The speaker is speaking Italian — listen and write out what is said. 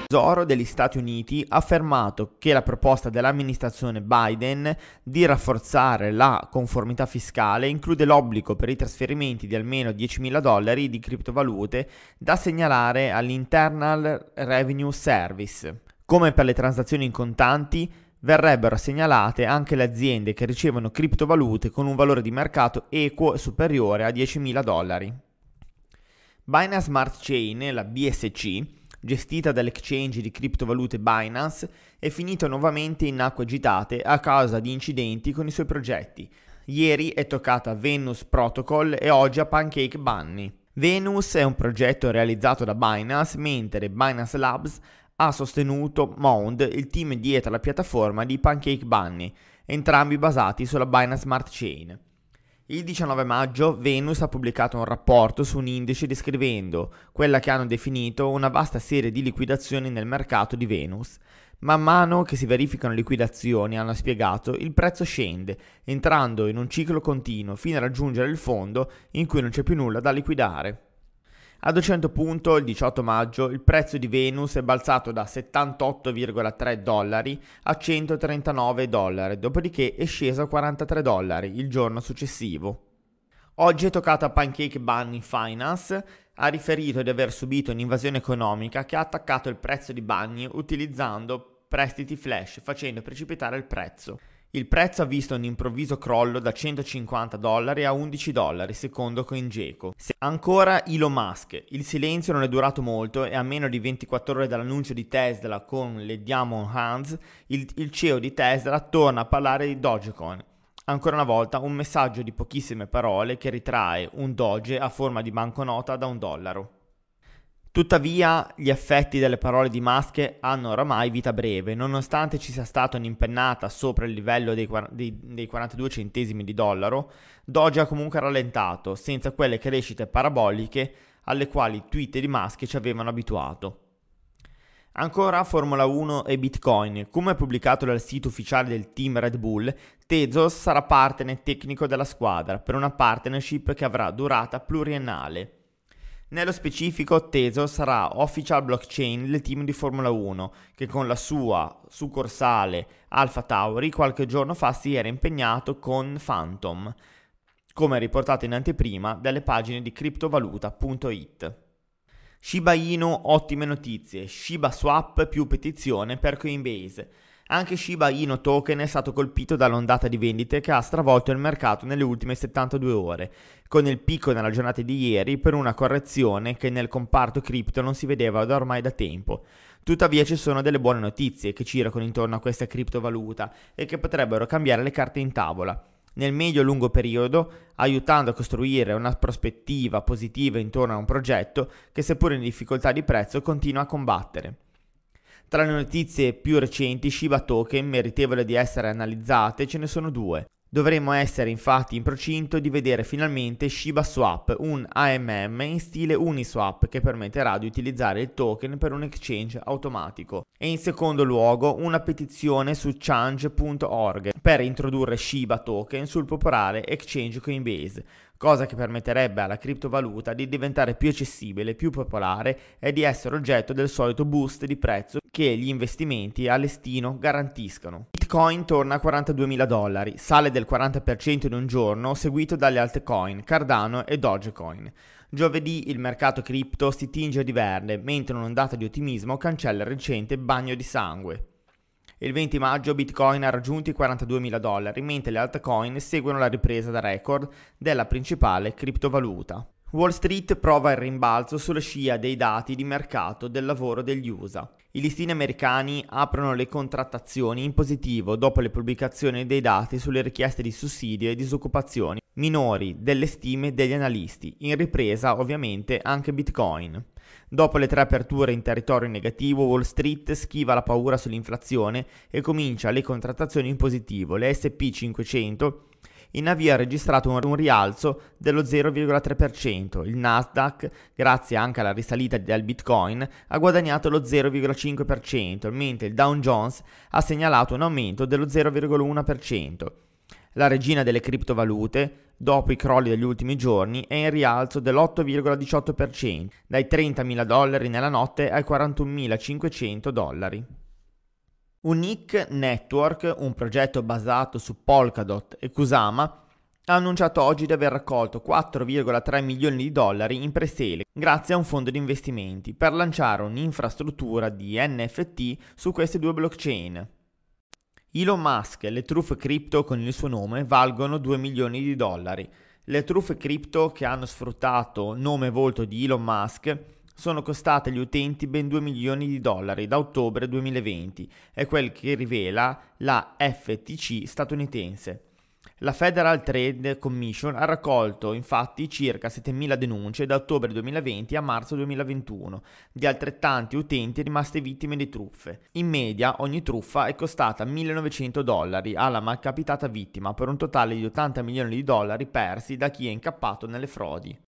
Tesoro degli Stati Uniti ha affermato che la proposta dell'amministrazione Biden di rafforzare la conformità fiscale include l'obbligo per i trasferimenti di almeno $10.000 di criptovalute da segnalare all'Internal Revenue Service. Come per le transazioni in contanti, verrebbero segnalate anche le aziende che ricevono criptovalute con un valore di mercato equo e superiore a $10.000. Binance Smart Chain, la BSC, gestita dall'exchange di criptovalute Binance, è finito nuovamente in acque agitate a causa di incidenti con i suoi progetti. Ieri è toccata Venus Protocol e oggi a Pancake Bunny. Venus è un progetto realizzato da Binance, mentre Binance Labs ha sostenuto Mound, il team dietro la piattaforma di Pancake Bunny, entrambi basati sulla Binance Smart Chain. Il 19 maggio Venus ha pubblicato un rapporto su un indice descrivendo quella che hanno definito una vasta serie di liquidazioni nel mercato di Venus. Man mano che si verificano liquidazioni, hanno spiegato, il prezzo scende, entrando in un ciclo continuo fino a raggiungere il fondo in cui non c'è più nulla da liquidare. Ad un certo punto, il 18 maggio, il prezzo di Venus è balzato da $78,3 a $139, dopodiché è sceso a $43 il giorno successivo. Oggi è toccata a Pancake Bunny Finance, ha riferito di aver subito un'invasione economica che ha attaccato il prezzo di Bunny utilizzando prestiti flash, facendo precipitare il prezzo. Il prezzo ha visto un improvviso crollo da $150 a $11, secondo CoinGecko. Ancora Elon Musk. Il silenzio non è durato molto e a meno di 24 ore dall'annuncio di Tesla con le Diamond Hands, il CEO di Tesla torna a parlare di Dogecoin. Ancora una volta un messaggio di pochissime parole che ritrae un Doge a forma di banconota da $1. Tuttavia, gli effetti delle parole di Musk hanno oramai vita breve, nonostante ci sia stata un'impennata sopra il livello dei 42 centesimi di dollaro. Doge ha comunque rallentato, senza quelle crescite paraboliche alle quali i tweet di Musk ci avevano abituato. Ancora Formula 1 e Bitcoin. Come pubblicato dal sito ufficiale del team Red Bull, Tezos sarà partner tecnico della squadra per una partnership che avrà durata pluriennale. Nello specifico, Tezos sarà official blockchain del team di Formula 1, che con la sua succursale AlphaTauri qualche giorno fa si era impegnato con Phantom, come riportato in anteprima dalle pagine di criptovaluta.it. Shiba Inu, ottime notizie. Shiba Swap più petizione per Coinbase. Anche Shiba Inu token è stato colpito dall'ondata di vendite che ha stravolto il mercato nelle ultime 72 ore, con il picco nella giornata di ieri per una correzione che nel comparto cripto non si vedeva da ormai da tempo. Tuttavia ci sono delle buone notizie che circolano intorno a questa criptovaluta e che potrebbero cambiare le carte in tavola nel medio-lungo periodo, aiutando a costruire una prospettiva positiva intorno a un progetto che, seppur in difficoltà di prezzo, continua a combattere. Tra le notizie più recenti, Shiba Token, meritevole di essere analizzate, ce ne sono due. Dovremmo essere infatti in procinto di vedere finalmente Shiba Swap, un AMM in stile Uniswap che permetterà di utilizzare il token per un exchange automatico. E in secondo luogo una petizione su change.org per introdurre Shiba Token sul popolare exchange Coinbase, cosa che permetterebbe alla criptovaluta di diventare più accessibile, più popolare e di essere oggetto del solito boost di prezzo che gli investimenti a listino garantiscono. Bitcoin torna a $42.000, sale del 40% in un giorno, seguito dalle altcoin Cardano e Dogecoin. Giovedì il mercato cripto si tinge di verde, mentre un'ondata di ottimismo cancella il recente bagno di sangue. Il 20 maggio Bitcoin ha raggiunto i $42.000, mentre le altcoin seguono la ripresa da record della principale criptovaluta. Wall Street prova il rimbalzo sulla scia dei dati di mercato del lavoro degli USA. I listini americani aprono le contrattazioni in positivo dopo le pubblicazioni dei dati sulle richieste di sussidio e disoccupazione minori delle stime degli analisti, in ripresa ovviamente anche Bitcoin. Dopo le 3 aperture in territorio negativo, Wall Street schiva la paura sull'inflazione e comincia le contrattazioni in positivo. Le S&P 500 in avvio ha registrato un rialzo dello 0,3%. Il Nasdaq, grazie anche alla risalita del Bitcoin, ha guadagnato lo 0,5%, mentre il Dow Jones ha segnalato un aumento dello 0,1%. La regina delle criptovalute, dopo i crolli degli ultimi giorni, è in rialzo dell'8,18%, dai $30.000 nella notte ai $41.500. Unique Network, un progetto basato su Polkadot e Kusama, ha annunciato oggi di aver raccolto $4,3 milioni in pre-sale grazie a un fondo di investimenti per lanciare un'infrastruttura di NFT su queste due blockchain. Elon Musk e le truffe cripto con il suo nome valgono $2 milioni. Le truffe cripto che hanno sfruttato nome e volto di Elon Musk sono costate agli utenti ben $2 milioni da ottobre 2020, è quel che rivela la FTC statunitense. La Federal Trade Commission ha raccolto infatti circa 7.000 denunce da ottobre 2020 a marzo 2021 di altrettanti utenti rimasti vittime di truffe. In media ogni truffa è costata $1.900 alla malcapitata vittima, per un totale di $80 milioni persi da chi è incappato nelle frodi.